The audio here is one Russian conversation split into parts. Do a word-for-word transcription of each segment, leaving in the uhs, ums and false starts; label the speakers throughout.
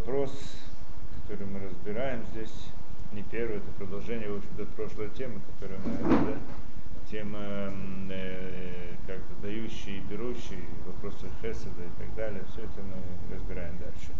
Speaker 1: вопрос, который мы разбираем здесь, не первый, это продолжение, в общем-то, прошлой темы, которая, наверное, да, тема э, как бы дающий и берущий, вопросы хеседа и так далее, все это мы разбираем дальше.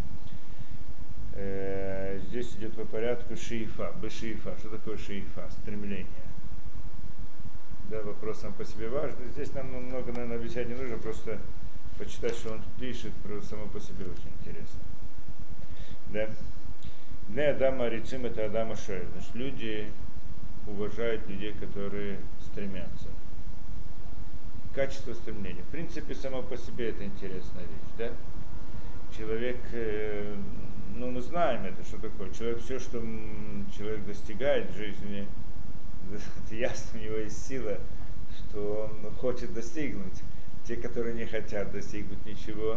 Speaker 1: Э, здесь идет по порядку шиифа, бешиифа. Что такое шиифа? Стремление. Да, вопрос сам по себе важный. Здесь нам много, наверное, объяснять не нужно, просто почитать, что он тут пишет, просто само по себе очень интересно. Да? Не Адама Рицим, это Адама Шоэль. Значит, люди уважают людей, которые стремятся. Качество стремления. В принципе, само по себе это интересная вещь, да? Человек, ну мы знаем это, что такое. Человек, все, что человек достигает в жизни, это ясно, у него есть сила, что он хочет достигнуть. Те, которые не хотят достигнуть ничего,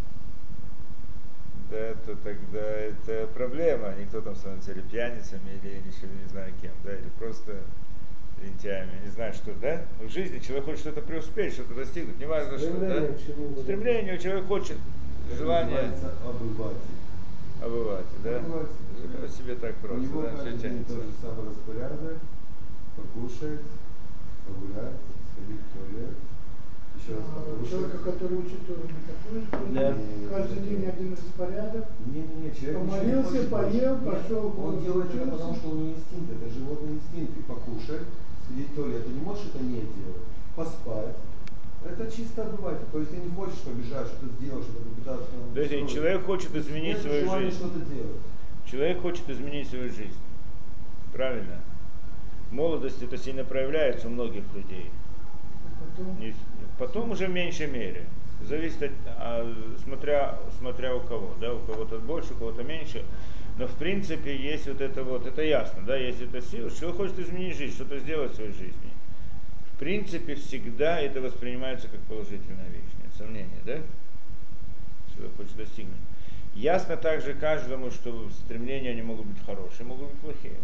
Speaker 1: да, то тогда это проблема. Никто там становится или пьяницами, или ничего не знаю кем, да, или просто лентяями, не знаю что, да. В жизни человек хочет что-то преуспеть, что-то достигнуть, неважно что, да. Стремление, человек хочет, желание.
Speaker 2: Обыватель.
Speaker 1: Обыватель, да. Обыватель. По себе так просто,
Speaker 2: у него
Speaker 1: да, все тянется.
Speaker 2: Тот же самый распорядок, покушать, погулять, сходить в туалет.
Speaker 3: А, человека, который учит тоже не такой же,
Speaker 1: да.
Speaker 3: Каждый день один распорядок.
Speaker 2: Не, не, не, человек
Speaker 3: помолился,
Speaker 2: не
Speaker 3: поел, пошел.
Speaker 2: Он делает это потому, что у него инстинкт, это животный инстинкт. И покушать, сидеть в туалете, ты не можешь это не делать. Поспать. Это чисто обыватель. То есть ты не хочешь побежать, что-то сделать, что-то попытаться.
Speaker 1: То есть человек хочет изменить свою жизнь.
Speaker 2: Что-то делать.
Speaker 1: Человек хочет изменить свою жизнь. Правильно? Молодость это сильно проявляется у многих людей.
Speaker 3: Потом,
Speaker 1: Не, потом уже в меньшей мере. Зависит от, а, смотря, смотря у кого, да, у кого-то больше, у кого-то меньше. Но в принципе есть вот это вот, это ясно, да, есть эта сила. Человек хочет изменить жизнь, что-то сделать в своей жизни. В принципе, всегда это воспринимается как положительная вещь, нет сомнения, да? Человек хочет достигнуть. Ясно также каждому, что стремления они могут быть хорошие, могут быть плохие.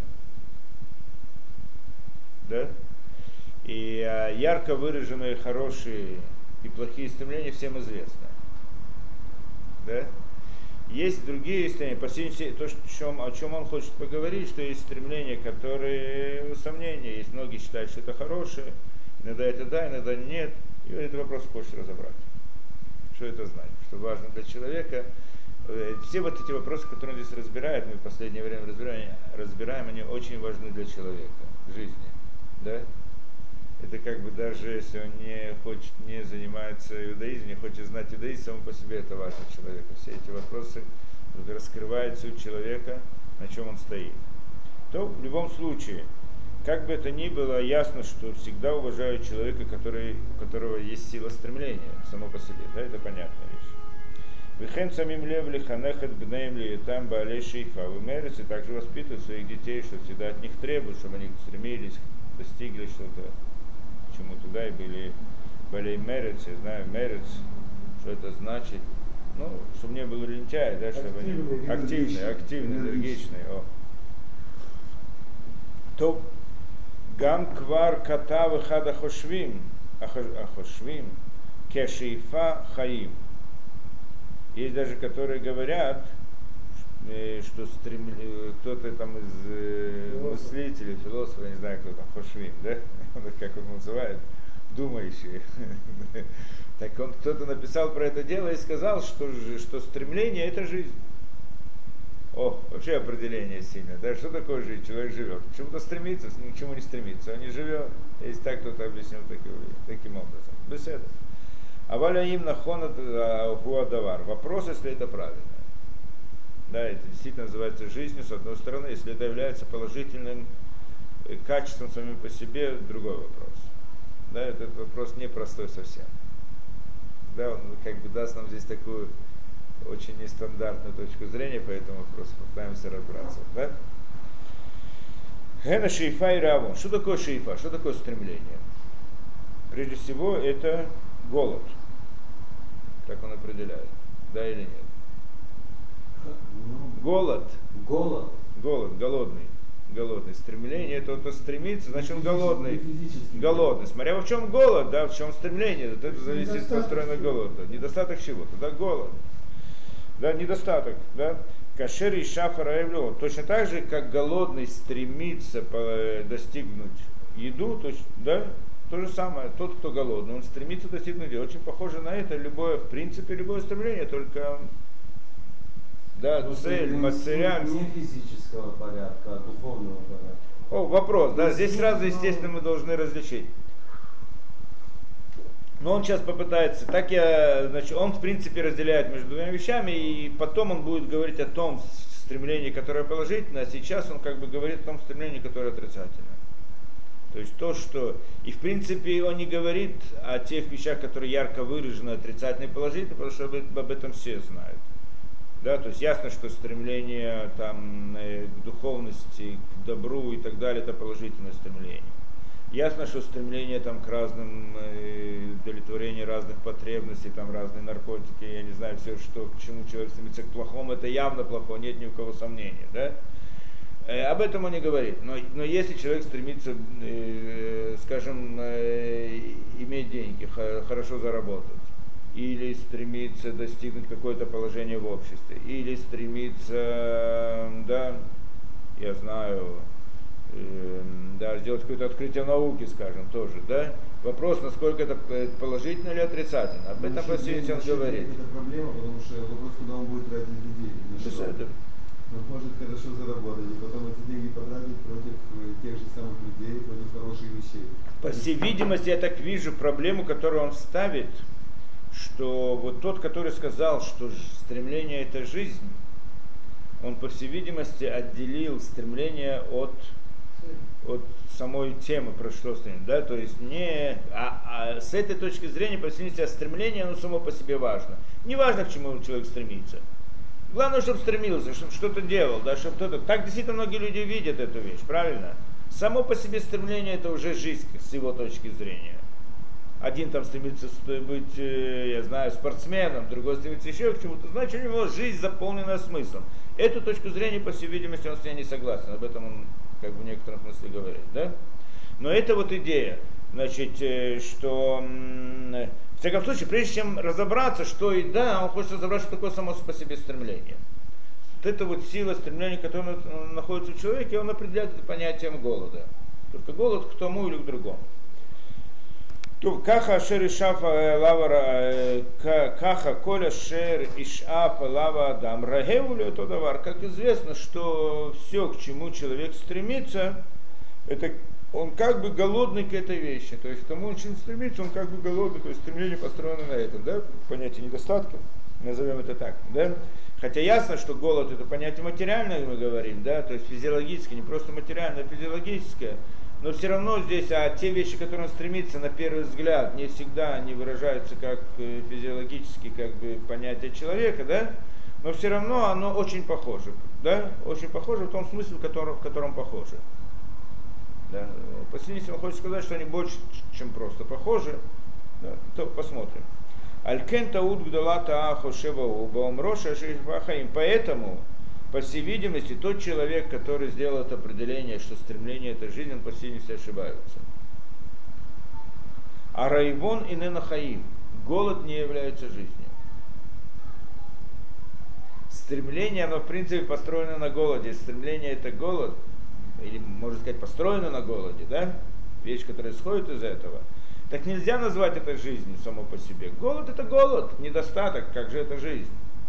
Speaker 1: Да? И а, ярко выраженные хорошие и плохие стремления всем известны. Да? Есть другие стремления, по сути, то, о чем, о чем он хочет поговорить, что есть стремления, которые сомнения, есть многие считают, что это хорошее, иногда это да, иногда нет, и этот вопрос хочет разобрать. Что это значит, что важно для человека. Все вот эти вопросы, которые он здесь разбирает, мы в последнее время разбираем, разбираем, они очень важны для человека в жизни. Да? Это как бы даже если он не хочет, не занимается иудаизмом, не хочет знать иудаизм, само по себе это важно человеку. Все эти вопросы раскрывают суть человека, на чем он стоит. То в любом случае, как бы это ни было, ясно, что всегда уважают человека, который, у которого есть сила стремления, само по себе. Да, это понятная вещь. Вихен самим лев лиханехет бнеем лиетам баалей шейфа. В Мерице также воспитывают своих детей, что всегда от них требуют, чтобы они стремились, достигли что-то, к чему туда и были балей мерец, я знаю, мерец, что это значит. Ну, чтобы не было лентяй, да, чтобы они активные, активные, энергичные. О. То гам квар катав хада хошвим, ахошвим, кешейфа хаим. Есть даже, которые говорят, что стремли, кто-то там из э, мыслителей, философов, я не знаю, кто там, Хошвим, да, как он называет, думающие. Так он кто-то написал про это дело и сказал, что, что стремление это жизнь. О, вообще определение сильное, да, что такое жизнь? Человек живет, к чему-то стремится, ни к чему не стремится, он не живет. Если так кто-то объяснил таким, таким образом. Беседа. А валя им нахонат гуадавар. Вопрос, если это правильно. Да, это действительно называется жизнью, с одной стороны, если это является положительным качеством самим по себе, другой вопрос. Да, этот вопрос непростой совсем. Да, он как бы даст нам здесь такую очень нестандартную точку зрения по этому вопросу, попытаемся разбираться. Да? Гена шейфа и равон. Что такое шейфа? Что такое стремление? Прежде всего, это голод. Как он определяет. Да или нет? Голод.
Speaker 2: Голод.
Speaker 1: Голод, голодный. Голодный. Стремление, это кто стремится, значит он голодный. Голодный. Смотря в чем голод, да, в чем стремление, вот это зависит от настроения голода. Недостаток чего-то, да, голод. Да, недостаток, да. Кашер и шафа раевлю. Точно так же, как голодный стремится достигнуть еду, то, да, то же самое, тот, кто голодный, он стремится достигнуть еду. Очень похоже на это любое, в принципе, любое стремление, только да,
Speaker 2: Но
Speaker 1: цель,
Speaker 2: это
Speaker 1: материальность.
Speaker 2: Не физического порядка, а духовного порядка.
Speaker 1: О, вопрос, да, здесь сразу, естественно, мы должны различить. Но он сейчас попытается, так я, значит, он в принципе разделяет между двумя вещами, и потом он будет говорить о том стремлении, которое положительное, а сейчас он как бы говорит о том стремлении, которое отрицательное. То есть то, что, и в принципе он не говорит о тех вещах, которые ярко выражены, отрицательные и положительные, потому что об, об этом все знают. Да, то есть ясно, что стремление там, к духовности, к добру и так далее, это положительное стремление. Ясно, что стремление там, к разным, э, удовлетворению разных потребностей, там разные наркотики, я не знаю, все, что, к чему человек стремится к плохому, это явно плохо, нет ни у кого сомнения. Да? Э, об этом он не говорит. Но, но если человек стремится, э, скажем, э, иметь деньги, х- хорошо заработать, или стремится достигнуть какое-то положение в обществе, или стремится, да, я знаю, да, сделать какое-то открытие науки, скажем, тоже, да? Вопрос, насколько это положительно или отрицательно. Об этом, по всей он говорит.
Speaker 2: Это проблема, потому что вопрос, куда он будет тратить людей.
Speaker 1: Это...
Speaker 2: Он может хорошо заработать, и потом эти деньги потратить против тех же самых людей, против хороших вещей.
Speaker 1: По всей видимости, я так вижу проблему, которую он ставит, что вот тот, который сказал, что стремление это жизнь, он, по всей видимости, отделил стремление от, от самой темы, про что стремление. Да? То есть не, а, а с этой точки зрения, по всей видимости, стремление, оно само по себе важно. Не важно, к чему человек стремится. Главное, чтобы стремился, чтобы что-то делал, да, чтобы кто-то. Так действительно многие люди видят эту вещь, правильно? Само по себе стремление это уже жизнь с его точки зрения. Один там стремится быть, я знаю, спортсменом, другой стремится еще к чему-то. Значит, у него жизнь заполнена смыслом. Эту точку зрения, по всей видимости, он с ней не согласен. Об этом он как бы в некотором смысле говорит. Да? Но это вот идея, значит, что в всяком случае, прежде чем разобраться, что и да, он хочет разобраться, что такое само по себе стремление. Вот эта вот сила стремления, которая находится у человека, и он определяет это понятием голода. Только голод к тому или к другому. Каха шер ишаф лава каха коля шер ишаф лава адам рагеулю то давар. Как известно, что все, к чему человек стремится, это он как бы голодный к этой вещи. То есть к тому он очень стремится, он как бы голодный, то есть стремление построено на этом, да, понятие недостатка, назовем это так, да. Хотя ясно, что голод это понятие материальное, мы говорим, да, то есть физиологическое, не просто материальное, а физиологическое. Но все равно здесь, а те вещи, к которым он стремится, на первый взгляд, не всегда они выражаются как физиологические как бы, понятия человека, да? Но все равно оно очень похоже, да? Очень похоже в том смысле, в котором, в котором похоже. Да? По сути, он хочет сказать, что они больше, чем просто похожи, да? То посмотрим. Алькен тауд гдалата ахошева убаумроша шейфахаим. Поэтому, по всей видимости, тот человек, который сделал это определение, что стремление это жизнь, он по всей видимости ошибается. А райвон и ненахаим. Голод не является жизнью. Стремление, оно в принципе построено на голоде. Стремление это голод, или можно сказать построено на голоде, да? Вещь, которая исходит из этого. Так нельзя назвать это жизнью само по себе. Голод это голод, недостаток, как же это жизнь?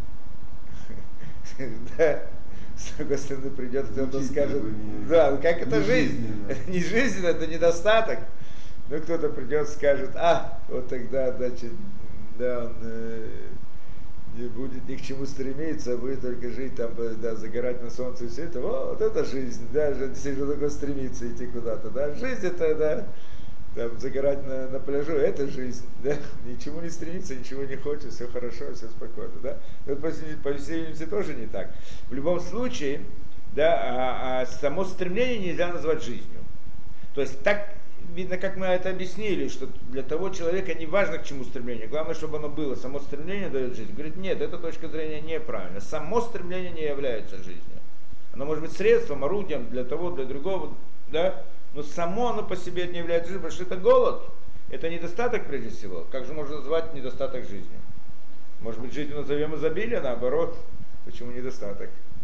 Speaker 1: Да, с другой стороны придет кто-то скажет, да, как это жизнь? Не жизнь, это недостаток. Ну кто-то придет скажет, а, вот тогда, значит, да, он э, не будет ни к чему стремиться, будет только жить там, да, загорать на солнце и все это. Вот это жизнь, да, действительно такое стремиться идти куда-то, да. Жизнь это, да, там, загорать на, на пляжу, это жизнь, да, ничему не стремится, ничего не хочет, все хорошо, все спокойно, да. Но по всей видимости тоже не так. В любом случае, да, а, а само стремление нельзя назвать жизнью. То есть так видно, как мы это объяснили, что для того человека не важно, к чему стремление, главное, чтобы оно было. Само стремление дает жизнь. Говорит, нет, эта точка зрения неправильна. Само стремление не является жизнью. Оно может быть средством, орудием для того, для другого, да. Но само оно по себе не является жизнью, потому что это голод, это недостаток прежде всего. Как же можно назвать недостаток жизни? Может быть, жизнью назовем изобилие, наоборот. Почему недостаток?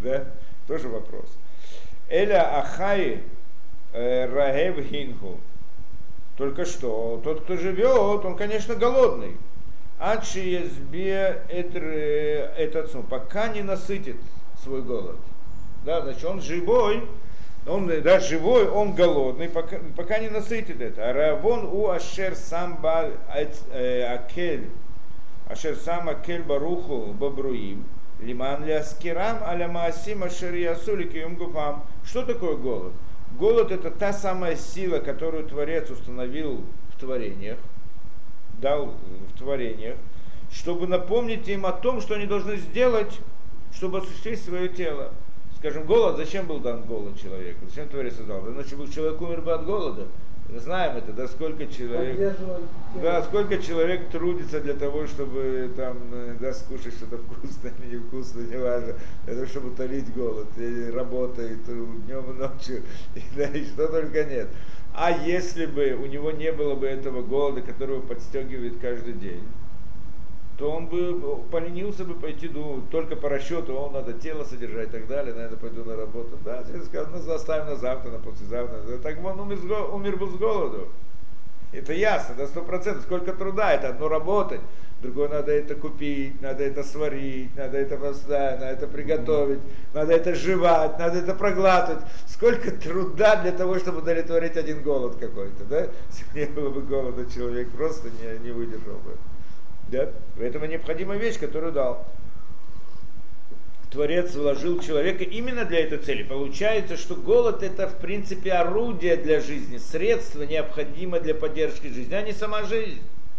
Speaker 1: Да? Тоже вопрос. Эля ахай рагев хингу. Только что, тот, кто живет, он, конечно, голодный. Адши езбе этот, пока не насытит свой голод. Да, значит, он живой, он да, живой, он голодный, пока, пока не насытит это. Равон у ашер сам баль акель, ашер сам акель баруху бабруим, лиман ляскирам аля маасим ашер ясули киюм гуфам. Что такое голод? Голод — это та самая сила, которую Творец установил в творениях, дал в творениях, чтобы напомнить им о том, что они должны сделать, чтобы осуществить свое тело. Скажем, голод, зачем был дан голод человеку? Зачем Творец создал? Иначе бы человек умер бы от голода. Знаем это, да, сколько человек, да, сколько человек трудится для того, чтобы там, да, скушать что-то вкусное или невкусное, неважно, для того, чтобы утолить голод, и работает днем и ночью, и, да, и что только нет. А если бы у него не было бы этого голода, которого подстегивает каждый день, то он бы поленился бы пойти, ну, только по расчету, он надо тело содержать и так далее, наверное, пойду на работу. Да, сейчас скажут, ну, заставим на завтра, на послезавтра. Так он умер, умер бы с голоду. Это ясно, да, сто процентов. Сколько труда, это одно работать, другое надо это купить, надо это сварить, надо это поставить, надо это приготовить, надо это жевать, надо это проглатывать. Сколько труда для того, чтобы удовлетворить один голод какой-то, да? Если не было бы голода, человек просто не, не выдержал бы. Да? Поэтому необходимая вещь, которую дал. Творец вложил человека именно для этой цели. Получается, что голод — это в принципе орудие для жизни, средство необходимое для поддержки жизни, а не сама жизнь.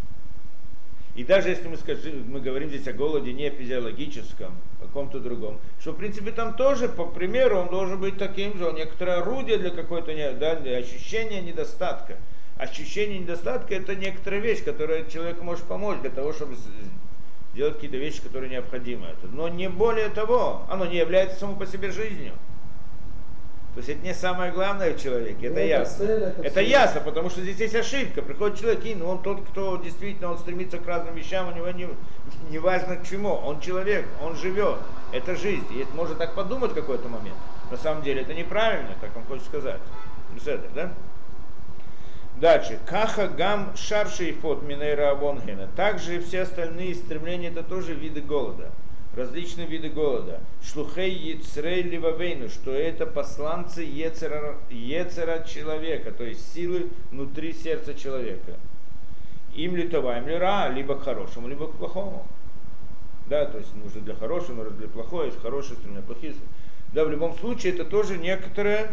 Speaker 1: И даже если мы, скажем, мы говорим здесь о голоде не физиологическом, о каком-то другом, что в принципе там тоже, по примеру, он должен быть таким же, некоторое орудие для какой-то, да, для ощущения недостатка. Ощущение недостатка — это некоторая вещь, которая человеку может помочь для того, чтобы делать какие-то вещи, которые необходимы. Но не более того, оно не является само по себе жизнью. То есть это не самое главное в человеке, это, это ясно. Цель, это это ясно, потому что здесь есть ошибка. Приходит человек, и ну, он тот, кто действительно он стремится к разным вещам, у него не, не важно к чему. Он человек, он живет, это жизнь. И это можно так подумать в какой-то момент. На самом деле это неправильно, как он хочет сказать. Да? Дальше. Каха гам шарши и фот минейра авонгена. Также все остальные стремления — это тоже виды голода. Различные виды голода. Шлухей яцрей ливавейну, что это посланцы ецера, ецера человека, то есть силы внутри сердца человека. Им литова, им лира, либо к хорошему, либо к плохому. Да, то есть нужно для хорошего, нужно для плохого, есть хорошее стремление, плохие. Да, в любом случае это тоже некоторое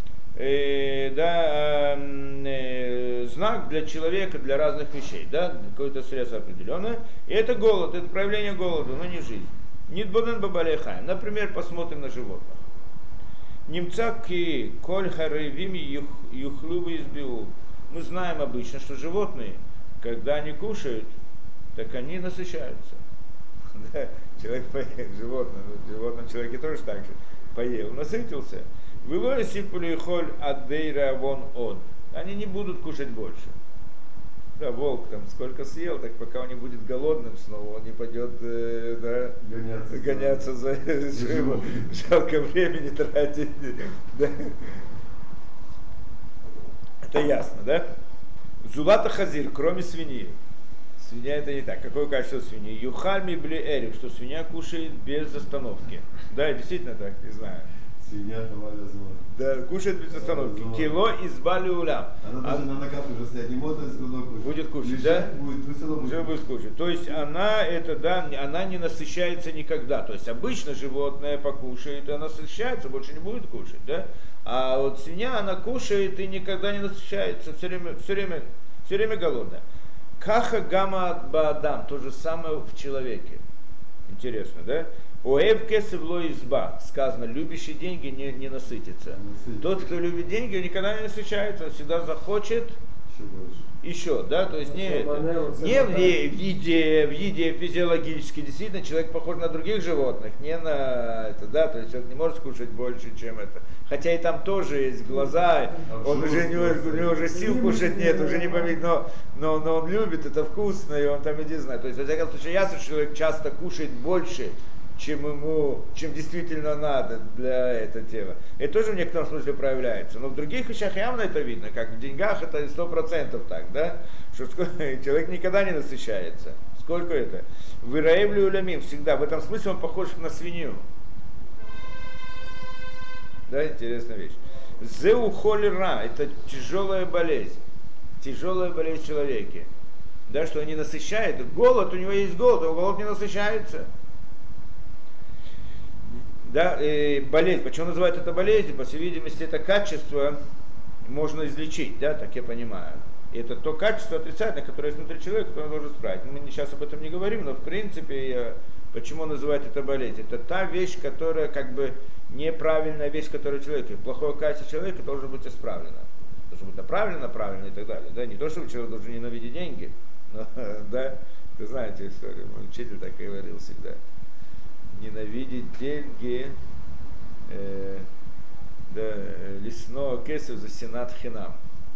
Speaker 1: Э, да, э, знак для человека, для разных вещей, да, какое-то средство определенное. И это голод, это проявление голода, но не жизнь. Нидбонен бабалехаем. Например, посмотрим на животных. Немца ки коль харевими юхлубы избиу. Мы знаем обычно, что животные, когда они кушают, так они насыщаются. Да, человек поел, животное, в животном человеке тоже так же поел, насытился. Вылой сипули холь аддейра вон он. Они не будут кушать больше. Да, волк там сколько съел, так пока он не будет голодным снова, он не пойдет э, да, гоняться, гоняться за живо. Жалко времени тратить. Да. Это ясно, да? Зулата хазир, кроме свиньи. Свинья — это не так. Какое качество свиньи? Юхальми бли эрик, что свинья кушает без остановки. Да, действительно так, не знаю.
Speaker 2: Свинья давали зло.
Speaker 1: Да, кушает без остановки. Кило избали улям.
Speaker 2: Она даже на ногах уже стоять не может, если она кушает.
Speaker 1: Будет кушать,
Speaker 2: лежать,
Speaker 1: да?
Speaker 2: Будет, будет,
Speaker 1: уже будет кушать. То есть она это, да, она не насыщается никогда. То есть обычно животное покушает, и она насыщается, больше не будет кушать, да? А вот свинья, она кушает и никогда не насыщается, все время, все время, все время голодная. Каха гама баадам, то же самое в человеке. Интересно, да? Оэв кесевло изба. Сказано, любящий деньги не, не насытится. насытится. Тот, кто любит деньги, он никогда не насыщается, он всегда захочет еще больше. Еще, да, то есть не, не в, в еде, в еде физиологически, действительно, человек похож на других животных, не на это, да, то есть человек не может кушать больше, чем это. Хотя и там тоже есть глаза, он уже не, у него уже сил кушать нет, уже не помнит, но, но, но он любит, это вкусно, и он там иди знает. То есть, во всяком случае, ясно, что человек часто кушает больше, чем ему, чем действительно надо для этой темы. Это тоже в некотором смысле проявляется. Но в других вещах явно это видно, как в деньгах это сто процентов так, да? Что человек никогда не насыщается. Сколько это? Выраевлю улямим всегда. В этом смысле он похож на свинью. Да, интересная вещь. Зеу холера, это тяжелая болезнь. Тяжелая болезнь в человеке. Да, что он не насыщает. Голод, у него есть голод, а голод не насыщается. Да, и болезнь. Почему называют это болезнью? По всей видимости, это качество можно излечить, да, так я понимаю. И это то качество отрицательное, которое есть внутри человека, которое он должен исправить. Мы сейчас об этом не говорим, но в принципе, я, почему называют это болезнь? Это та вещь, которая как бы неправильная вещь, которая у человека. Плохое качество человека должно быть исправлено. Должно быть направлено, правильно и так далее. Да? Не то, что человек должен ненавидеть деньги, но, да, вы знаете историю, мой учитель так и говорил всегда. Ненавидеть деньги, э, да, лесного кесов за сенат хинам.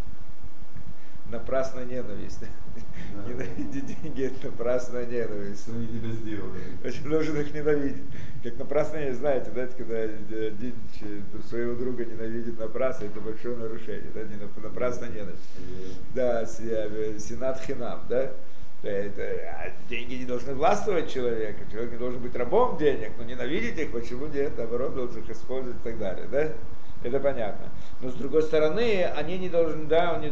Speaker 1: Напрасная ненависть. Да. Ненавидеть деньги — это напрасная ненависть.
Speaker 2: Что они тебя сделали?
Speaker 1: Очень должен их ненавидеть. Как напрасно, не знаете, да, когда один своего друга ненавидит напрасно, это большое нарушение, да, не напрасная ненависть. Да, сенат хинам, да. Это, а деньги не должны властвовать человека, человек не должен быть рабом денег, но ненавидеть их, почему нет, наоборот, должен их использовать и так далее, да? Это понятно. Но с другой стороны, они не должны, да, он не,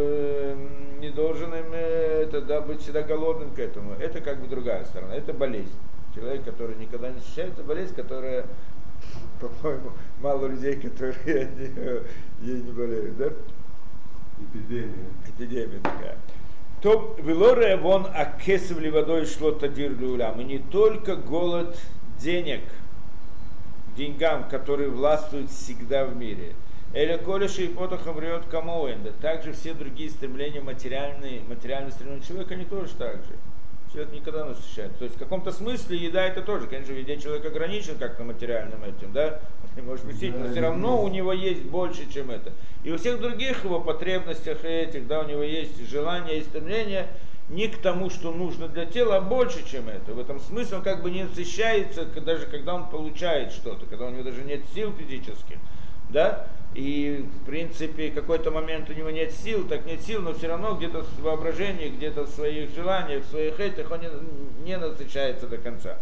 Speaker 1: не должен им это, да, быть всегда голодным к этому. Это как бы другая сторона, это болезнь. Человек, который никогда не ощущает, это болезнь, которая, по-моему, мало людей, которые ей не болеют, да?
Speaker 2: Эпидемия.
Speaker 1: Эпидемия такая. То велоре вон акесовли водой шло тадир люлям. И не только голод денег, деньгам, которые властвуют всегда в мире. Эля колеши и потохом врет камоэнда. Также все другие стремления материальные, материальные стремления человека, они тоже так же. Человек никогда не насыщается. То есть в каком-то смысле еда это тоже. Конечно, везде человек ограничен как-то материальным этим, да? Может быть, но все равно у него есть больше, чем это. И у всех других его потребностях этих, да, у него есть желания и стремления не к тому, что нужно для тела, а больше, чем это. В этом смысле он как бы не насыщается, даже когда он получает что-то, когда у него даже нет сил физических, да, и в принципе какой-то момент у него нет сил, так нет сил, но все равно где-то в воображении, где-то в своих желаниях, в своих этих он не, не насыщается до конца.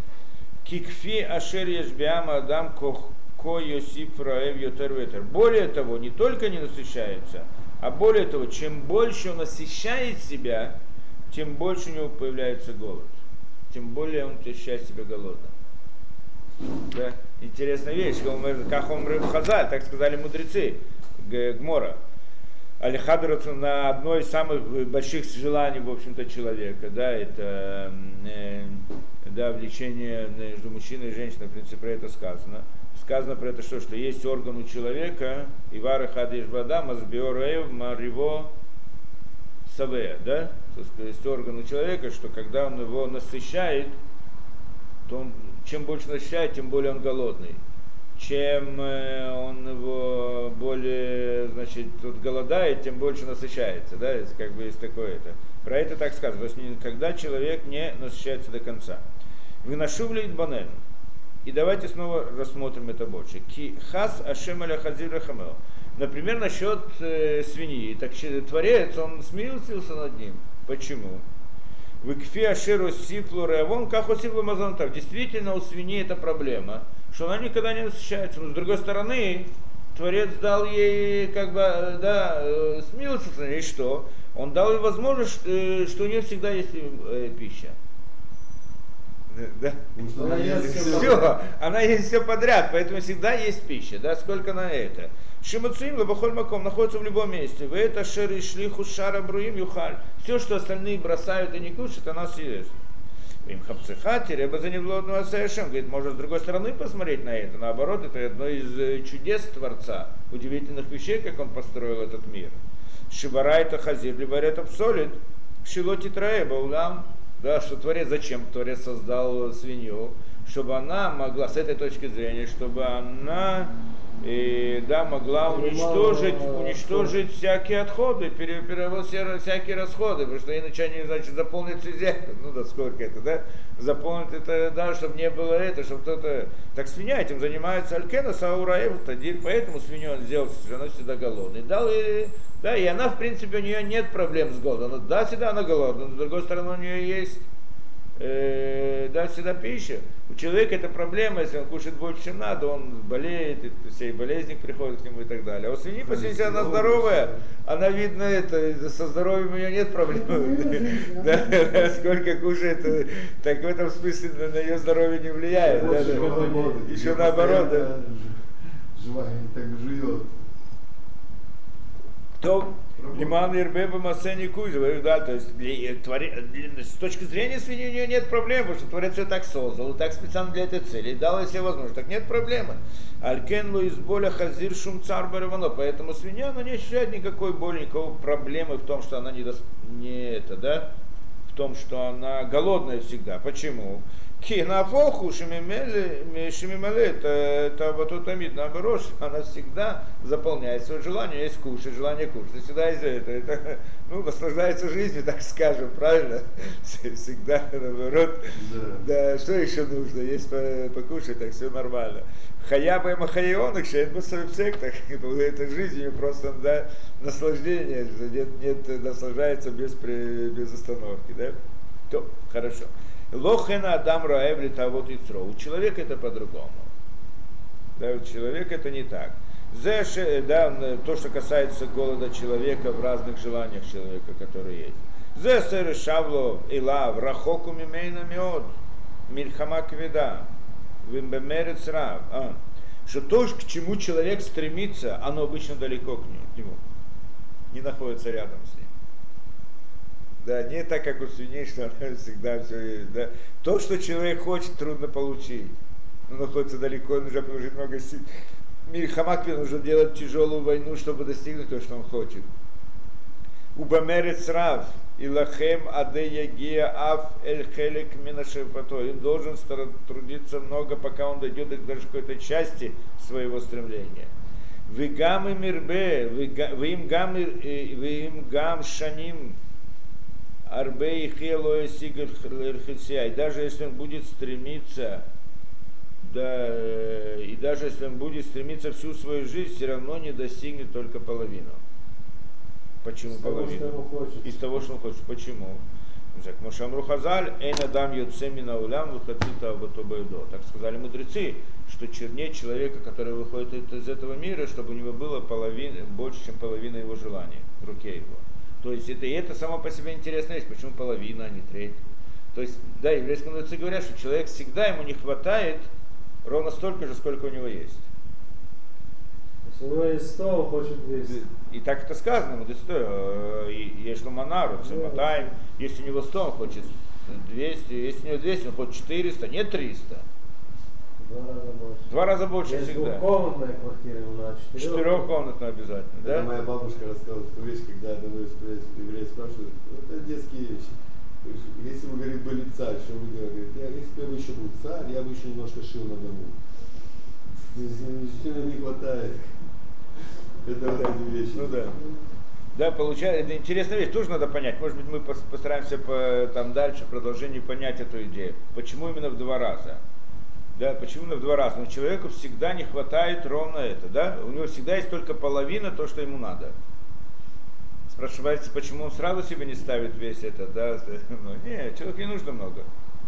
Speaker 1: Кикфи ашер ешбиам адам кох ко йосиф раев йотер ветер. Более того, не только не насыщается, а более того, чем больше он насыщает себя, тем больше у него появляется голод. Тем более он ощущает себя голодным. Да? Интересная вещь, как он в Хазаль, так сказали мудрецы Гмора. Алихадрацу на одно из самых больших желаний, в общем-то, человека, да, это э, да, влечение между мужчиной и женщиной, в принципе, про это сказано. Сказано про это что, что есть орган у человека, Ивара Хадиш Бада, Мазбиореев, Мариво Савея, да? То есть орган у человека, что когда он его насыщает, то он, чем больше насыщает, тем более он голодный. Чем он его более, значит, тут голодает, тем больше насыщается, да, это как бы есть такое-то. Про это так сказано, то есть когда человек не насыщается до конца. Выношу в банен. И давайте снова рассмотрим это больше. Ки хас ашем аля хазир рахамео. Например, насчет э, свиньи. Так Творец, он смилостился над ним. Почему? В кфи ашеру сифлу реавон, как осифлу мазантав. Действительно, у свиньи это проблема, что она никогда не насыщается. Но с другой стороны, Творец дал ей, как бы, да, э, смилостился, и что? Он дал ей возможность, э, что у нее всегда есть э, пища. Да.
Speaker 2: Она ест
Speaker 1: все, все, она ест все подряд, поэтому всегда есть пища, да, сколько на это. Шимацуим лабахоль маком находится в любом месте. Вы это шеры шлиху шара бруим юхаль. Все, что остальные бросают и не кушают, она съест. Им хапцехати, реба за невлодного саешем. Говорит, можно с другой стороны посмотреть на это. Наоборот, это одно из чудес Творца, удивительных вещей, как он построил этот мир. Шибарайта хазир, либо это псолит, шилоти траеба улам. Да, что Творец, зачем Творец создал свинью? Чтобы она могла, с этой точки зрения, чтобы она и да, могла уничтожить, уничтожить всякие отходы, пере- перевоз все- всякие расходы, потому что иначе они, значит, заполнят всю землю, ну да, сколько это, да, заполнить это, да, чтобы не было это, чтобы кто-то, так свинья этим занимается Алькена, Саураев, Тадир, поэтому свинью он сделал, что она всегда голодная, дал ей, да, и она, в принципе, у нее нет проблем с голодом, она, да, всегда она голодная, но с другой стороны у нее есть, э, да, всегда пища. У человека это проблема, если он кушает больше, чем надо, он болеет, и все болезни приходят к нему и так далее. А у свиньи, по сути, она здоровая, она, видно, это, со здоровьем у нее нет проблем. Сколько кушает, так в этом смысле на ее здоровье не влияет. Еще наоборот.
Speaker 2: Живая, так живет.
Speaker 1: То Лиман Ирбеба Масени Кузева, да, то есть для, твори, для, с точки зрения свиньи у нее нет проблем, потому что Творец ее так создал, и так специально для этой цели, и дал ей себе возможность, так нет проблемы. Алькен Луис Боля Хазир Шум Цар Баравано, поэтому свинья, она не ощущает никакой боли, никакой проблемы в том, что она не, дос, не это, да, в том, что она голодная всегда. Почему? Кинафоху шимимале, это, это вот тут амид, наоборот, она всегда заполняет свое желание, есть кушать, желание кушать, всегда из-за этого, это, ну, наслаждается жизнью, так скажем, правильно? Всегда, наоборот, да, что еще нужно, есть покушать, так все нормально. Хаяба и махайонок, шейн басавсектах, это жизнь, просто, да, наслаждение, нет, нет, наслаждается без, без остановки, да? То, хорошо. Лохена Адам Раэвли того Ицро. У человека это по-другому. Да, у человека это не так. Зэше, да, то, что касается голода человека в разных желаниях человека, которые есть. Зэсэр Шавло Илав Рахоку Мимейна Миод Мильхама Кведа Вимбемерец Рав. Что то, к чему человек стремится, оно обычно далеко к нему. Не находится рядом с ним. Да, не так, как у свиней, что она всегда все есть. Да. То, что человек хочет, трудно получить. Он находится далеко, нужно положить много сил. Мильхамакве нужно делать тяжелую войну, чтобы достигнуть то, что он хочет. Убамерец Рав, Илахем Аде Ягия Аф Эль Хелек Минашефато. Он должен трудиться много, пока он дойдет даже к какой-то части своего стремления. Вигам и Мирбе, Вим Гам Вим Шаним. Арбе и Хелоя Сигар Херхесия. И даже если он будет стремиться, да, и даже если он будет стремиться всю свою жизнь, все равно не достигнет только половину. Почему из половину? Того, Из того, что он хочет. Почему? Мошамру Хазаль, Эйн Адам Йоцемина Улям, Выхатита Абатобайдо. Так сказали мудрецы, что чернее человека, который выходит из этого мира, чтобы у него было половина, больше, чем половина его желаний в руке его. То есть это, и это само по себе интересная вещь, почему половина, а не треть. То есть, да, еврейские мудрецы говорят, что человек всегда ему не хватает ровно столько же, сколько у него есть.
Speaker 3: То есть у него есть сто, он хочет двести.
Speaker 1: И так это сказано, мудрецы, есть Ломанару, Цематаем, если у него сто, он хочет двести, если у него двести, он хочет четыреста, нет триста.
Speaker 3: Два раза больше.
Speaker 1: Два раза больше
Speaker 3: есть
Speaker 1: всегда.
Speaker 3: Двухкомнатная квартира, у нас четырех.
Speaker 1: Четырехкомнатная обязательно, да?
Speaker 2: Это моя бабушка рассказывала такую вещь, когда одного еврея спрашивают, это детские вещи. Если вы, говорит, были царь, что вы делали? Говорит, я, если бы я еще был царь, я бы еще немножко шил на дому. Ничего не хватает. Это вот эти вещи.
Speaker 1: Ну да. Да, получается, это интересная вещь, тоже надо понять. Может быть, мы постараемся по, там дальше, в продолжении понять эту идею. Почему именно в два раза? Да, почему именно в два раза? Но человеку всегда не хватает ровно это, да? У него всегда есть только половина то, что ему надо. Спрашивается, почему он сразу себе не ставит весь это, да? Ну, нет, человеку не нужно много.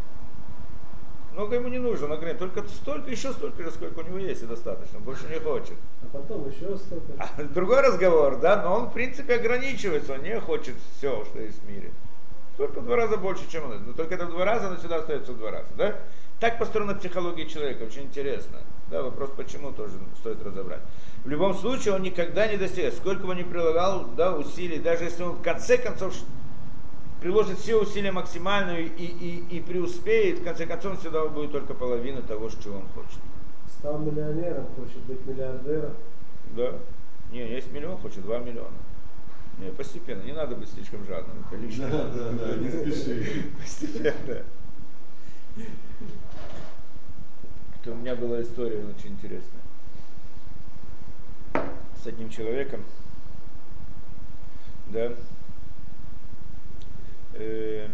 Speaker 1: Много ему не нужно, он говорит, только столько, еще столько же, сколько у него есть, и достаточно, больше не хочет.
Speaker 3: А потом еще столько.
Speaker 1: А, другой разговор, да, но он в принципе ограничивается, он не хочет все, что есть в мире. Только в два раза больше, чем он. Но только это в два раза, но всегда остается в два раза, да? Так построена психология человека, очень интересно. Да, вопрос почему тоже стоит разобрать. В любом случае он никогда не достигает, сколько бы он ни прилагал, да, усилий, даже если он в конце концов приложит все усилия максимально и, и, и преуспеет, в конце концов он всегда будет только половина того, чего он хочет.
Speaker 3: Стал миллионером, хочет быть миллиардером.
Speaker 1: Да. Не, есть миллион, хочет два миллиона. Не, постепенно, не надо быть слишком жадным, это лишнее.
Speaker 2: Да, да, да, не спеши.
Speaker 1: Постепенно. Это у меня была история очень интересная. с одним человеком, да, эм,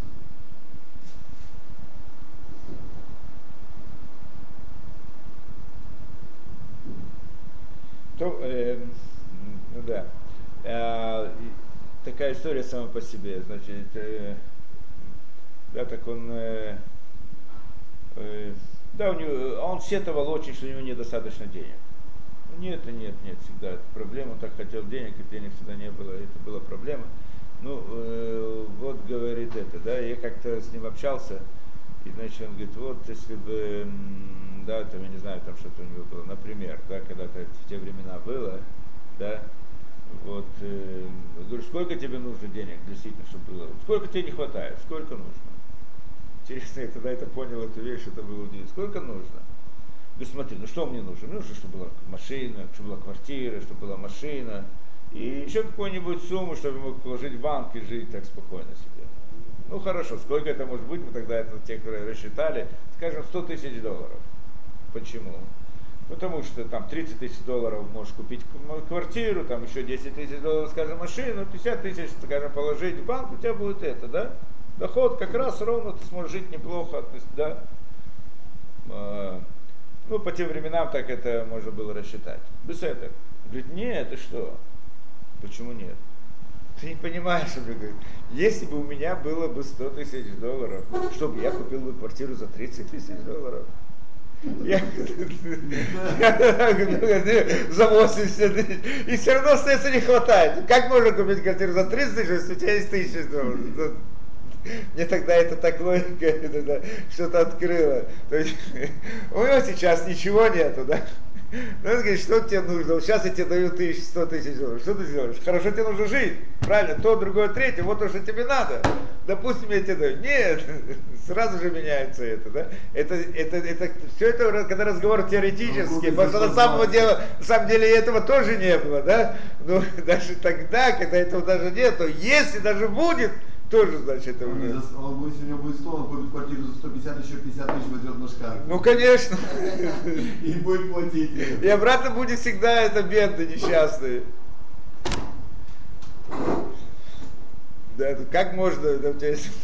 Speaker 1: то, эм, ну да, э, такая история сама по себе, значит, э, да, так он, э, э, да, у него, он сетовал очень, что у него недостаточно денег. Нет, нет, нет, всегда это проблема. Он так хотел денег, и денег всегда не было, это была проблема. Ну, э, вот говорит это, да, я как-то с ним общался, и значит он говорит, вот если бы, да, там, я не знаю, там что-то у него было, например, да, когда-то в те времена было, да, вот, э, говорю, сколько тебе нужно денег, действительно, чтобы было, сколько тебе не хватает, сколько нужно? Интересно, я тогда это понял, эту вещь, это было удивительно, сколько нужно? Говорит, смотри, ну что мне нужно? Мне нужно, чтобы была машина, чтобы была квартира, чтобы была машина. И еще какую-нибудь сумму, чтобы мог положить в банк и жить так спокойно себе. Ну хорошо, сколько это может быть? Мы тогда это те, которые рассчитали, скажем, сто тысяч долларов. Почему? Потому что там тридцать тысяч долларов можешь купить квартиру, там еще десять тысяч долларов, скажем, машину, пятьдесят тысяч, скажем, положить в банк, у тебя будет это, да? Доход как раз ровно, ты сможешь жить неплохо, да? Ну, по тем временам так это можно было рассчитать. Без этого. Говорит, нет, ты что? Почему нет? Ты не понимаешь, он говорит, если бы у меня было бы сто тысяч долларов, чтобы я купил бы квартиру за тридцать тысяч долларов. Я за восемьдесят тысяч. И все равно остается не хватает. Как можно купить квартиру за тридцать тысяч, если у тебя есть тысяча долларов? Мне тогда это так логика это, что-то открыло. То есть, у него сейчас ничего нету, да? Ну, он говорит, что тебе нужно? Сейчас я тебе даю тысячу, сто тысяч долларов. Что ты делаешь? Хорошо, тебе нужно жить. Правильно, то, другое, третье. Вот то, что тебе надо. Допустим, я тебе даю. Нет, сразу же меняется это, да? Это, это, это, все это, когда разговор теоретический, потому что на самом деле, на самом деле этого тоже не было, да? Ну, даже тогда, когда этого даже нет, то если даже будет, тоже, значит, это уже.
Speaker 2: Он, если у него будет сто, он купит квартиру за сто пятьдесят, еще пятьдесят тысяч возьмет на шкаф.
Speaker 1: Ну, конечно.
Speaker 2: И будет платить.
Speaker 1: И обратно будет всегда это бедные, несчастные. Да, как можно, да, у тебя есть...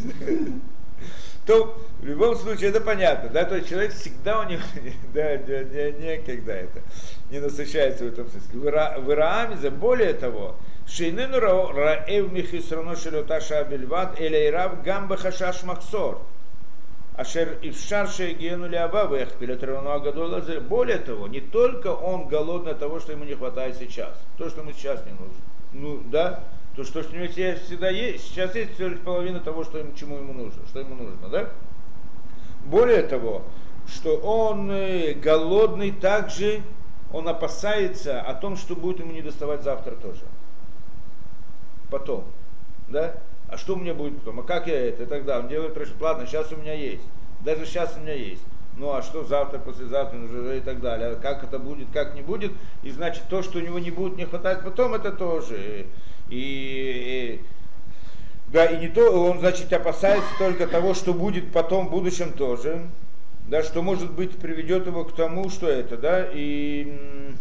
Speaker 1: То, в любом случае, это понятно, да, то есть человек всегда у него, да, никогда это не насыщается в этом смысле. В Ирааме, более того, Шейнену раэв михисрано шелота шабельват элейрав гамба хашаш махсор. Ашер ившар шейгену лиаба вехпилет равно агадола. Более того, не только он голодный от того, что ему не хватает сейчас, то, что ему сейчас не нужно. Ну, да, то, что у него всегда есть, сейчас есть всего лишь половина того, что ему, чему ему нужно, что ему нужно, да? Более того, что он голодный также, он опасается о том, что будет ему не доставать завтра тоже. Потом, да? А что у меня будет потом? А как я это? И тогда он делает расчет. Ладно, сейчас у меня есть. Даже сейчас у меня есть. Ну а что завтра, послезавтра уже и так далее. А как это будет, как не будет. И значит, то, что у него не будет не хватать потом, это тоже. И, и, да, и не то, он, значит, опасается только того, что будет потом в будущем тоже. Да, что, может быть, приведет его к тому, что это, да, и...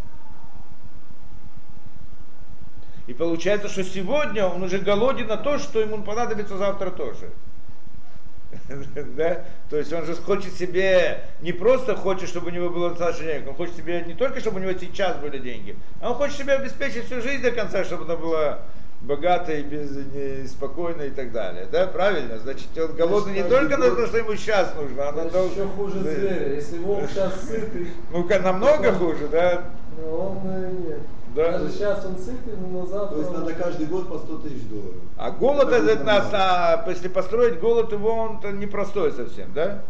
Speaker 1: И получается, что сегодня он уже голоден на то, что ему понадобится завтра тоже. Да? То есть он же хочет себе, не просто хочет, чтобы у него было достаточно денег, он хочет себе не только, чтобы у него сейчас были деньги, а он хочет себе обеспечить всю жизнь до конца, чтобы она была богатой, без, не, спокойной и так далее. Да, правильно? Значит, он голодный не только на то, что ему сейчас нужно, а на то,
Speaker 3: еще хуже
Speaker 1: да.
Speaker 3: Зверя. Если волк сейчас сытый,
Speaker 1: ну, намного хуже, да?
Speaker 3: Он нет. Да. Даже сейчас он сытый, но завтра...
Speaker 2: То есть надо каждый год по сто тысяч долларов.
Speaker 1: А голод, это, это нас, а, если построить голод, его он непростой совсем, да?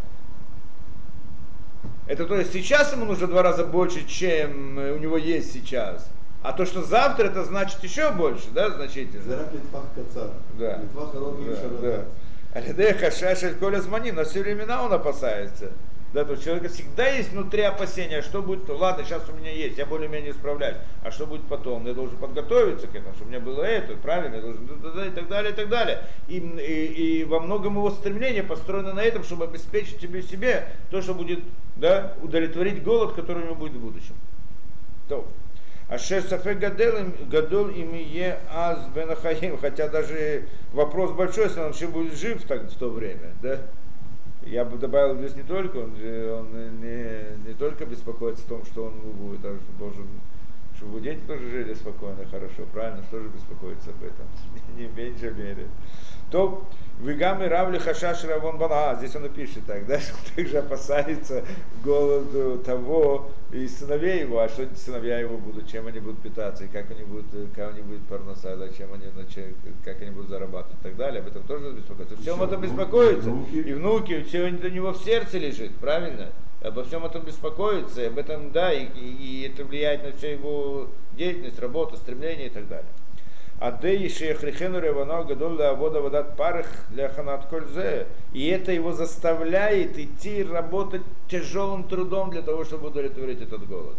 Speaker 1: Это то есть сейчас ему нужно два раза больше, чем у него есть сейчас. А то, что завтра, это значит еще больше, да, значительно.
Speaker 2: Зараб литвах кацар.
Speaker 1: Да.
Speaker 2: Литвах хороший шарата.
Speaker 1: Да. Алидея хашашель коля змани, на все времена он опасается. Да, то у человека всегда есть внутри опасения, что будет, ладно, сейчас у меня есть, я более-менее справляюсь, а что будет потом? Я должен подготовиться к этому, чтобы у меня было это, правильно, я должен, и так далее, и так далее. И, и, и во многом его стремление построено на этом, чтобы обеспечить тебе себе то, что будет, да, удовлетворить голод, который у него будет в будущем. То. А шер сафек гадол им е аз бенахаим. Хотя даже вопрос большой, если он вообще будет жив так, в то время, да? Я бы добавил здесь не только, он, он не, не только беспокоится о том, что он будет, а что должен, чтобы дети тоже жили спокойно, хорошо, правильно, тоже беспокоится об этом, не в меньшей мере. То Вигам и Равли Хашаш Равон Бала, здесь он и пишет так, да, что он также опасается голоду того и сыновей его, а что сыновья его будут, чем они будут питаться, и как они будут, как они будут парноса, да, чем они, как они будут зарабатывать и так далее, об этом тоже беспокоится. Всем этом беспокоится, и внуки, все это у него в сердце лежит, правильно? Обо всем этом беспокоится, и об этом, да, и, и, и это влияет на всю его деятельность, работу, стремление и так далее. А де еще хрихену ревано гадол для вода водат парах для ханат кользе. И это его заставляет идти работать тяжелым трудом для того, чтобы удовлетворить этот голод.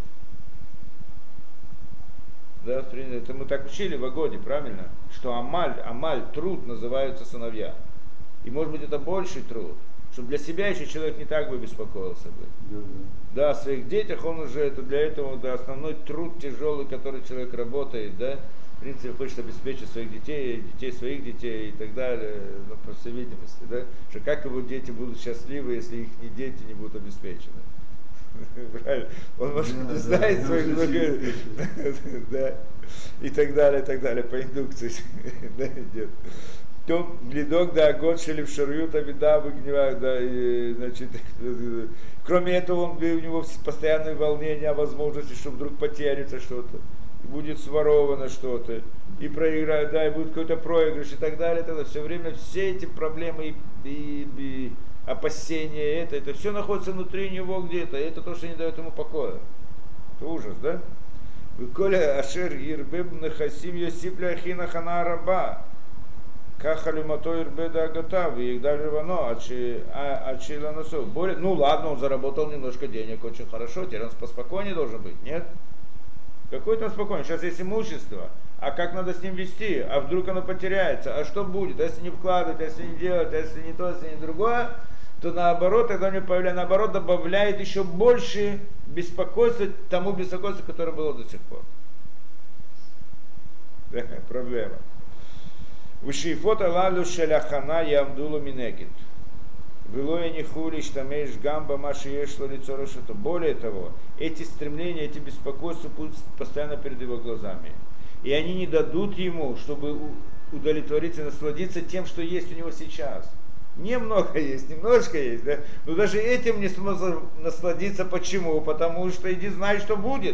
Speaker 1: Да, это мы так учили в Агоде, правильно? Что амаль, амаль, труд называются сыновья. И может быть это больший труд. Чтобы для себя еще человек не так бы беспокоился бы. Да, да, о своих детях он уже, это для этого да, основной труд тяжелый, который человек работает, да. В принципе, хочет обеспечить своих детей, детей своих детей и так далее, ну, по всей видимости, да, что как его дети будут счастливы, если их дети не будут обеспечены. Правильно? Он, может, не знает своих внуков, да, и так далее, и так далее, по индукции, да, идет. То глядок, да, год шели в шарюта, вида, выгнивают, да, и, значит, кроме этого, он, у него постоянное волнение о возможности, что вдруг потеряется что-то. Будет своровано что-то, и проиграет, да, и будет какой-то проигрыш и так далее, тогда все время все эти проблемы и, и, и опасения, это, это все находится внутри него где-то, и это то, что не дает ему покоя. Это ужас, да? Коля ашер ирбеб нахасим йосипля ахина хана раба, кахалю мато ирбеда агатав, и их дали вано, ачила носов. Ну ладно, он заработал немножко денег, очень хорошо, теперь он поспокойнее должен быть, нет? Какой там спокойный? Сейчас есть имущество. А как надо с ним вести? А вдруг оно потеряется? А что будет? А если не вкладывать, а если не делать, а если не то, а если не другое, то наоборот, тогда у него появляется, наоборот, добавляет еще больше беспокойства тому беспокойству, которое было до сих пор. Да, проблема. Вышифота лалю шеляхана ямдулу минегит. Велоя не хулиш, тамеешь гамба, маши ешло лицо решето. Более того, эти стремления, эти беспокойства будут постоянно перед его глазами. И они не дадут ему, чтобы удовлетвориться, насладиться тем, что есть у него сейчас. Немного есть, немножко есть, да? Но даже этим не сможет насладиться. Почему? Потому что иди знай, что будет.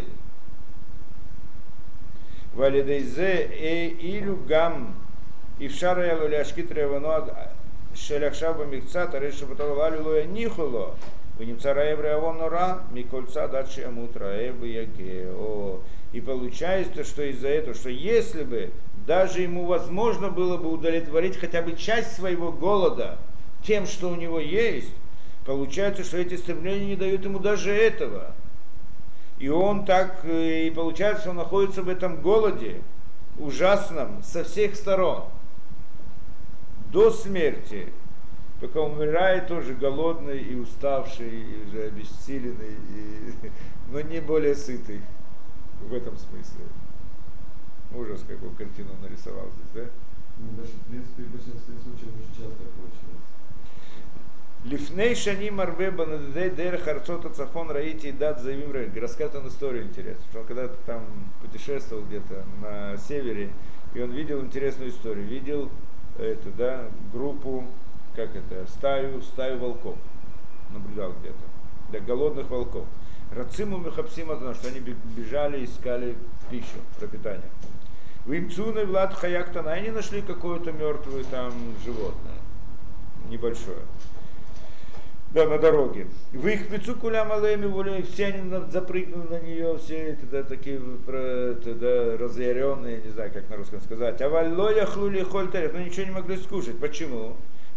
Speaker 1: Валидейзе э илю гам ившара ялуляшки тревано шелякшаба микца, тареша баталалю лоя нихуло. Вы не цараев реавон нора, микольца дачи амутраев яге. И получается, что из-за этого, что если бы даже ему возможно было бы удовлетворить хотя бы часть своего голода тем, что у него есть, получается, что эти стремления не дают ему даже этого. И он так, и получается, что он находится в этом голоде ужасном со всех сторон. До смерти, пока умирает тоже голодный и уставший, и уже обессиленный, и, но не более сытый в этом смысле. Ужас, какую картину он нарисовал здесь, да?
Speaker 2: Ну, даже, в принципе, в большинстве случаев очень часто получилось.
Speaker 1: Лифней шани марвеба надедей дер харцота цахон раити и дат заявим рейн. Рассказывает он историю интересную, что он когда-то там путешествовал где-то на севере, и он видел интересную историю. Видел эту, да, группу, как это, стаю, стаю волков. Наблюдал где-то. Да, голодных волков. Рациму мехапсима, что они бежали, искали пищу, пропитание. В имцуны влад хаяктана, они нашли какое-то мертвое там животное, небольшое. Да, на дороге. В их пиццу кулям алэми волей, все они запрыгнули на нее, все это, да, такие это, да, разъяренные, не знаю, как на русском сказать. А валлоя хлули холь тариф, но ничего не могли скушать. Почему?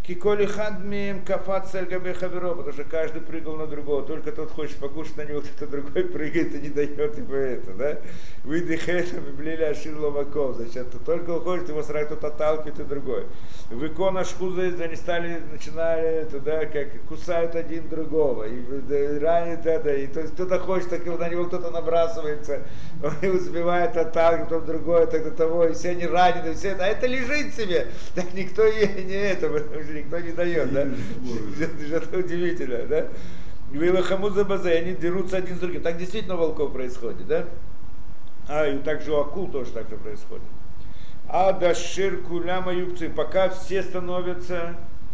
Speaker 1: Киколи хадмием кафат цельгабе хаверо, потому что каждый прыгал на другого, только тот хочет покушать на него, кто-то другой прыгает и не дает ему это, да? Выдыхаем и блили ашир ломаков, значит, только он хочет, его сразу кто-то отталкивает и другой. Выкона шхуза, они стали, начинали это, да, как кусают один другого, и да, ранят это, и то есть кто-то хочет, так на него кто-то набрасывается, он его сбивает, отталкивает, потом другое, так до того, и все они ранены, все это, а это лежит себе, так никто и не это, потому что никто не дает, да? Это удивительно, да? Вилахамуза база, они дерутся один с другим. Так действительно у волков происходит, да? А, и также у акул тоже так же происходит. А дашир куляма юбцы, пока все становятся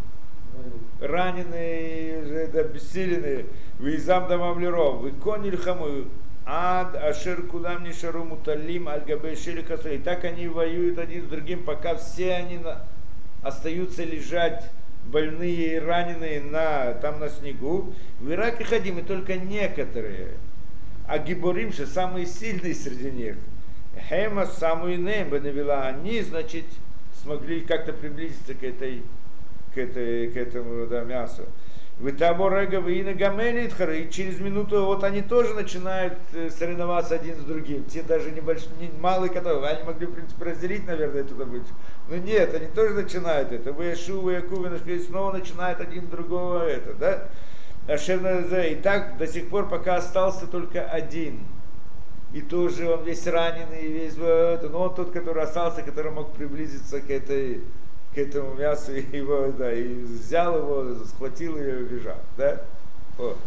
Speaker 1: раненые, обессиленные, визам дамавлеров, выконили хамую, ад ашир кулам нишару муталим аль-габей ширикасу. И так они воюют один с другим, пока все они на... остаются лежать больные и раненые на, там на снегу. В Ираке ходим, и только некоторые. А гиборим же самые сильные среди них. Хема самую нем навела, они, значит, смогли как-то приблизиться к этой, к этой, к этому, да, мясу. Вы того рега и на гамелитхары, и через минуту вот они тоже начинают соревноваться один с другим. Те даже небольшие, не, малые, которые, они могли, в принципе, разделить, наверное, эту добычу. Но нет, они тоже начинают это. Вы Яшу, вы Якувин, снова начинают один другого это, да? И так до сих пор, пока остался только один. И тоже он весь раненый, весь это, но он тот, который остался, который мог приблизиться к этой, к этому мясу, и его, да, и взял его, схватил ее и убежал, да? Вот.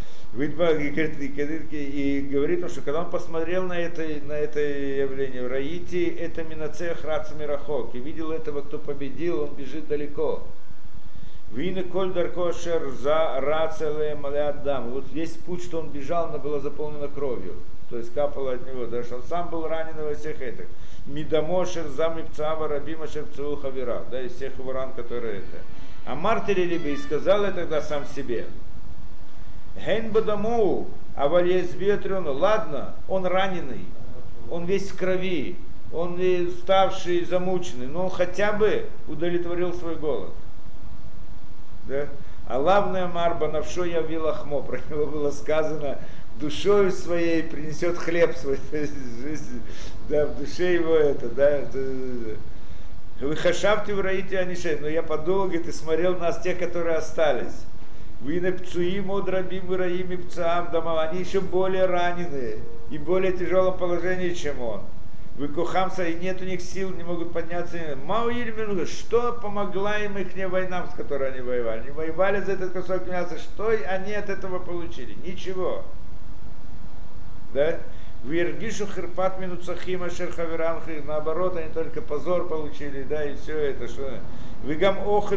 Speaker 1: И говорит, что когда он посмотрел на это, на это явление в Раити, это Минацех Рацмирахок, и видел этого, кто победил, он бежит далеко. Вины коль даркошер за рацеле малядам. Вот весь путь, что он бежал, она была заполнена кровью. То есть капало от него, да, что он сам был ранен во всех этих. Мидамошер замипцава рабима шерцу хавира, да, из всех его ран, которые это. А Мартери Либи сказал я тогда сам себе. Хейн бадамоу, а валез ветрену, ладно, он раненый, он весь в крови, он уставший, замученный, но он хотя бы удовлетворил свой голод. Да? А главное марба навшо я вилахмо, про него было сказано, душою своей принесет хлеб свой, да, в душе его это, да, вы хашавте в раите анишей, но я подумал, говорит, и смотрел нас, тех, которые остались. Вы на пцуим от рабим и раим и пцаам домам, они еще более раненые и более тяжелом положении, чем он. Вы кухамса, и нет у них сил, не могут подняться. Мауильмину, что помогла им их не войнам, с которой они воевали? Они воевали за этот кусок мяса, что они от этого получили? Ничего. Да? Вы иргишу хирпат минуцахима шерхаверанхи, наоборот, они только позор получили, да, и все это, что... Вы гам охр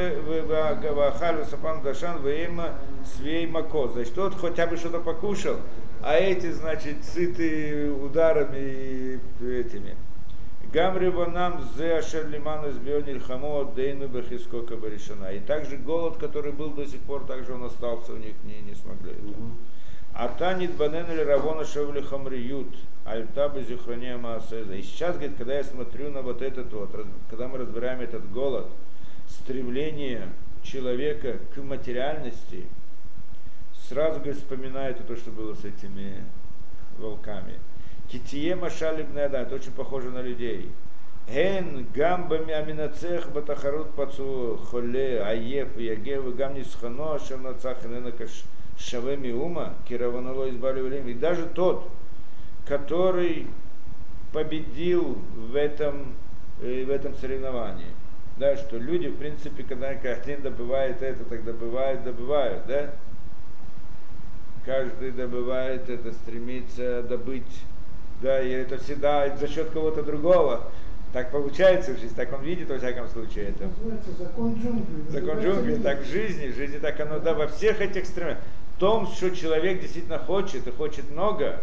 Speaker 1: вахаль васапан дашан вейма свей мако. Значит, тот хотя бы что-то покушал, а эти, значит, сыты ударами и этими. Гамрива нам зе ашер лиман избиониль хамо дейну бахиско кабаришана. И также голод, который был до сих пор, также он остался у них, не, не смогли. А танит банен или равона шевли хамриют, альта безюхрания маасеза. И сейчас, говорит, когда я смотрю на вот этот вот, когда мы разбираем этот голод, стремление человека к материальности, сразу, говорит, вспоминаю то, что было с этими волками. Китие машалибная, да, это очень похоже на людей. Ген гамбами аминацех батахарут пацу холе аев ягев гамни схано шернацах иненакаш шавеми ума кираванало избавили. И даже тот, который победил в этом, в этом соревновании. Да, что люди, в принципе, когда один добывает это, так добывают, добывают, да? Каждый добывает это, стремится добыть, да, и это всегда за счет кого-то другого. Так получается в жизни, так он видит, во всяком случае, это.
Speaker 3: Называется закон джунглей.
Speaker 1: Закон джунглей, так в жизни, в жизни так оно, да, во всех этих стремах. В том, что человек действительно хочет, и хочет много,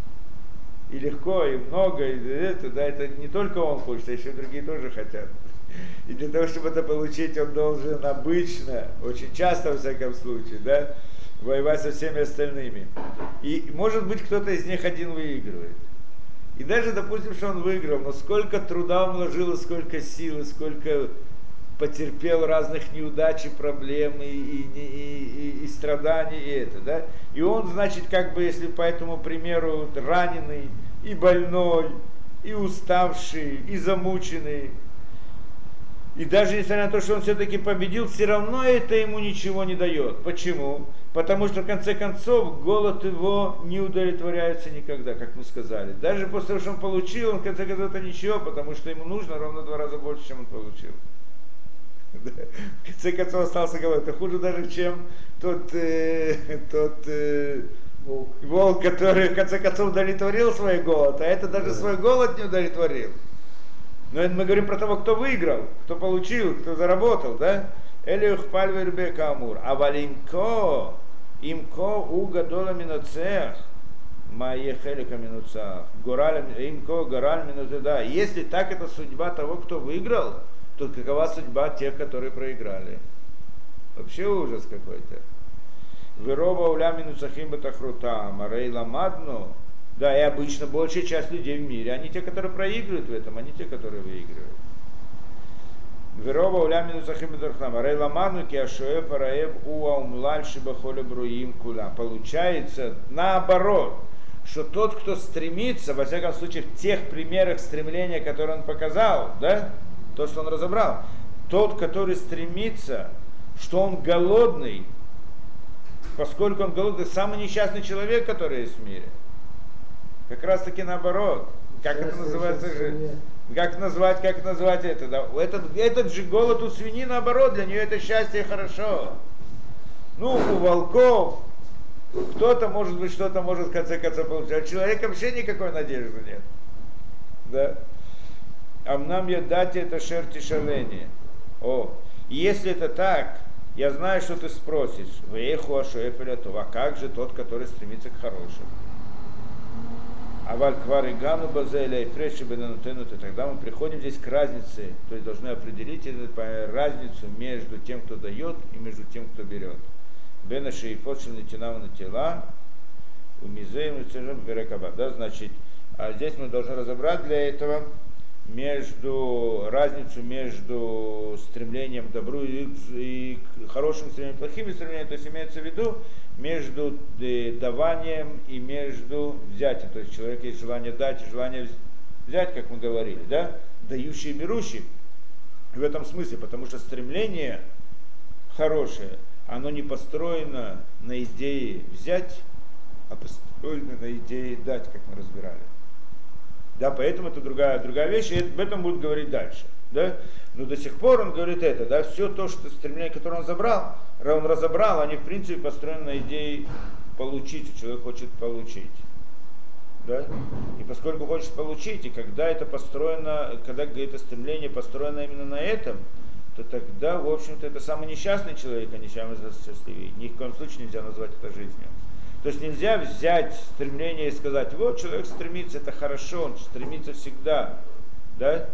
Speaker 1: и легко, и много, и это, да, это не только он хочет, а еще другие тоже хотят. И для того, чтобы это получить, он должен обычно, очень часто, во всяком случае, да, воевать со всеми остальными. И, может быть, кто-то из них один выигрывает. И даже, допустим, что он выиграл, но сколько труда он вложил, сколько сил, сколько потерпел разных неудач и проблем, и, и, и, и, и страданий, и это, да. И он, значит, как бы, если по этому примеру, раненый, и больной, и уставший, и замученный, и даже несмотря на то, что он все-таки победил, все равно это ему ничего не дает. Почему? Потому что в конце концов голод его не удовлетворяется никогда, как мы сказали. Даже после того, что он получил, он в конце концов это ничего, потому что ему нужно ровно в два раза больше, чем он получил. В конце концов остался голод. Это хуже даже, чем тот, э, тот э, волк. волк, который в конце концов удовлетворил свой голод, а это даже свой голод не удовлетворил. Но это мы говорим про того, кто выиграл, кто получил, кто заработал, да? Элюх пальвербе камур. А валимко, имко у гадола миноцех, маехелика минуцах. Имко гораль минуцех. Да, если так это судьба того, кто выиграл, то какова судьба тех, которые проиграли? Вообще ужас какой-то. Вырова уля минуцахим батахрута, марей ламадну. Да, и обычно большая часть людей в мире, они те, которые проигрывают в этом, они те, которые выигрывают. Верова уля минусахим батахрута, марей ламадну киашоэф араэв уаумлаль шибахоля бруим куля. Получается наоборот, что тот, кто стремится, во всяком случае, в тех примерах стремления, которые он показал, да, то, что он разобрал, тот, который стремится, что он голодный, поскольку он голодный, самый несчастный человек, который есть в мире. Как раз таки наоборот. Как это называется же? Как назвать, как назвать это? Да? Этот, этот же голод у свиньи наоборот, для нее это счастье хорошо. Ну, у волков кто-то, может быть, что-то может в конце концов получить. А у человека вообще никакой надежды нет. Да? Амнам ядати это шерти шалени. О, если это так, я знаю, что ты спросишь. Вееху ашуэфеля това. Как же тот, который стремится к хорошему? А валькваригану базеля и фреши бенанутенут. И тогда мы приходим здесь к разнице. То есть должны определить разницу между тем, кто дает, и между тем, кто берет. Бена шейфот шельнитинава на тела. У мизеем верекаба. Да, значит, а здесь мы должны разобрать для этого между разницу между стремлением к добру и, и к хорошим стремлениям, плохими стремлениями, то есть имеется в виду между даванием и между взятием. То есть человек есть желание дать и желание взять, как мы говорили, да, дающий и берущий. В этом смысле, потому что стремление хорошее, оно не построено на идее взять, а построено на идее дать, как мы разбирали. Да, поэтому это другая, другая вещь, и об этом будет говорить дальше. Да? Но до сих пор он говорит это, да, все то, что стремление, которое он забрал, он разобрал, они в принципе построены на идее получить, человек хочет получить. Да? И поскольку хочет получить, и когда это построено, когда это стремление построено именно на этом, то тогда, в общем-то, это самый несчастный человек, а не самый счастливый. Ни в коем случае нельзя назвать это жизнью. То есть нельзя взять стремление и сказать, вот человек стремится, это хорошо, он стремится всегда, да?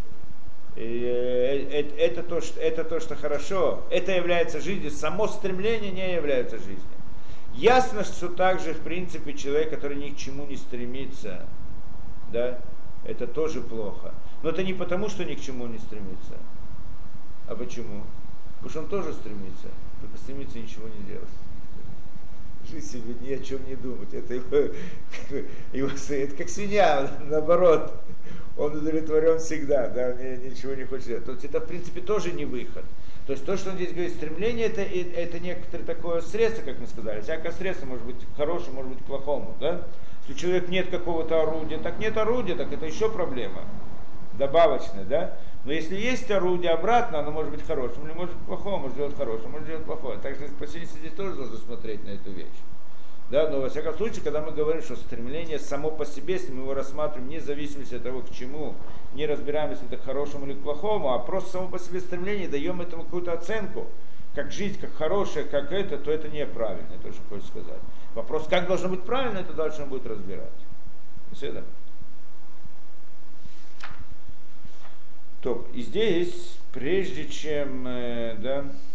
Speaker 1: И это, это, то, что, это то, что хорошо, это является жизнью, само стремление не является жизнью. Ясно, что также, в принципе, человек, который ни к чему не стремится, да, это тоже плохо. Но это не потому, что ни к чему не стремится. А почему? Потому что он тоже стремится, только стремится ничего не делать. Жить себе, ни о чем не думать. Это его, его, это как свинья, наоборот. Он удовлетворен всегда, да, ничего не хочет делать. То есть это, в принципе, тоже не выход. То есть то, что он здесь говорит, стремление, это, это некоторое такое средство, как мы сказали. Всякое средство может быть хорошим, может быть плохому, да? Если у человека нет какого-то орудия, так нет орудия, так это еще проблема. Добавочная, да? Но если есть орудие обратно, оно может быть хорошим или может быть плохим, может делать хорошее, может делать плохое. Так что спасение здесь тоже должен смотреть на эту вещь. Да, но во всяком случае, когда мы говорим, что стремление само по себе, если мы его рассматриваем вне зависимости от того, к чему, не разбираем, если это к хорошему или к плохому, а просто само по себе стремление, даем этому какую-то оценку, как жизнь, как хорошая, как это, то это неправильно, то, что хочется сказать. Вопрос, как должно быть правильно, это дальше он будет разбирать. Все, да? То, и здесь, прежде чем, э, да,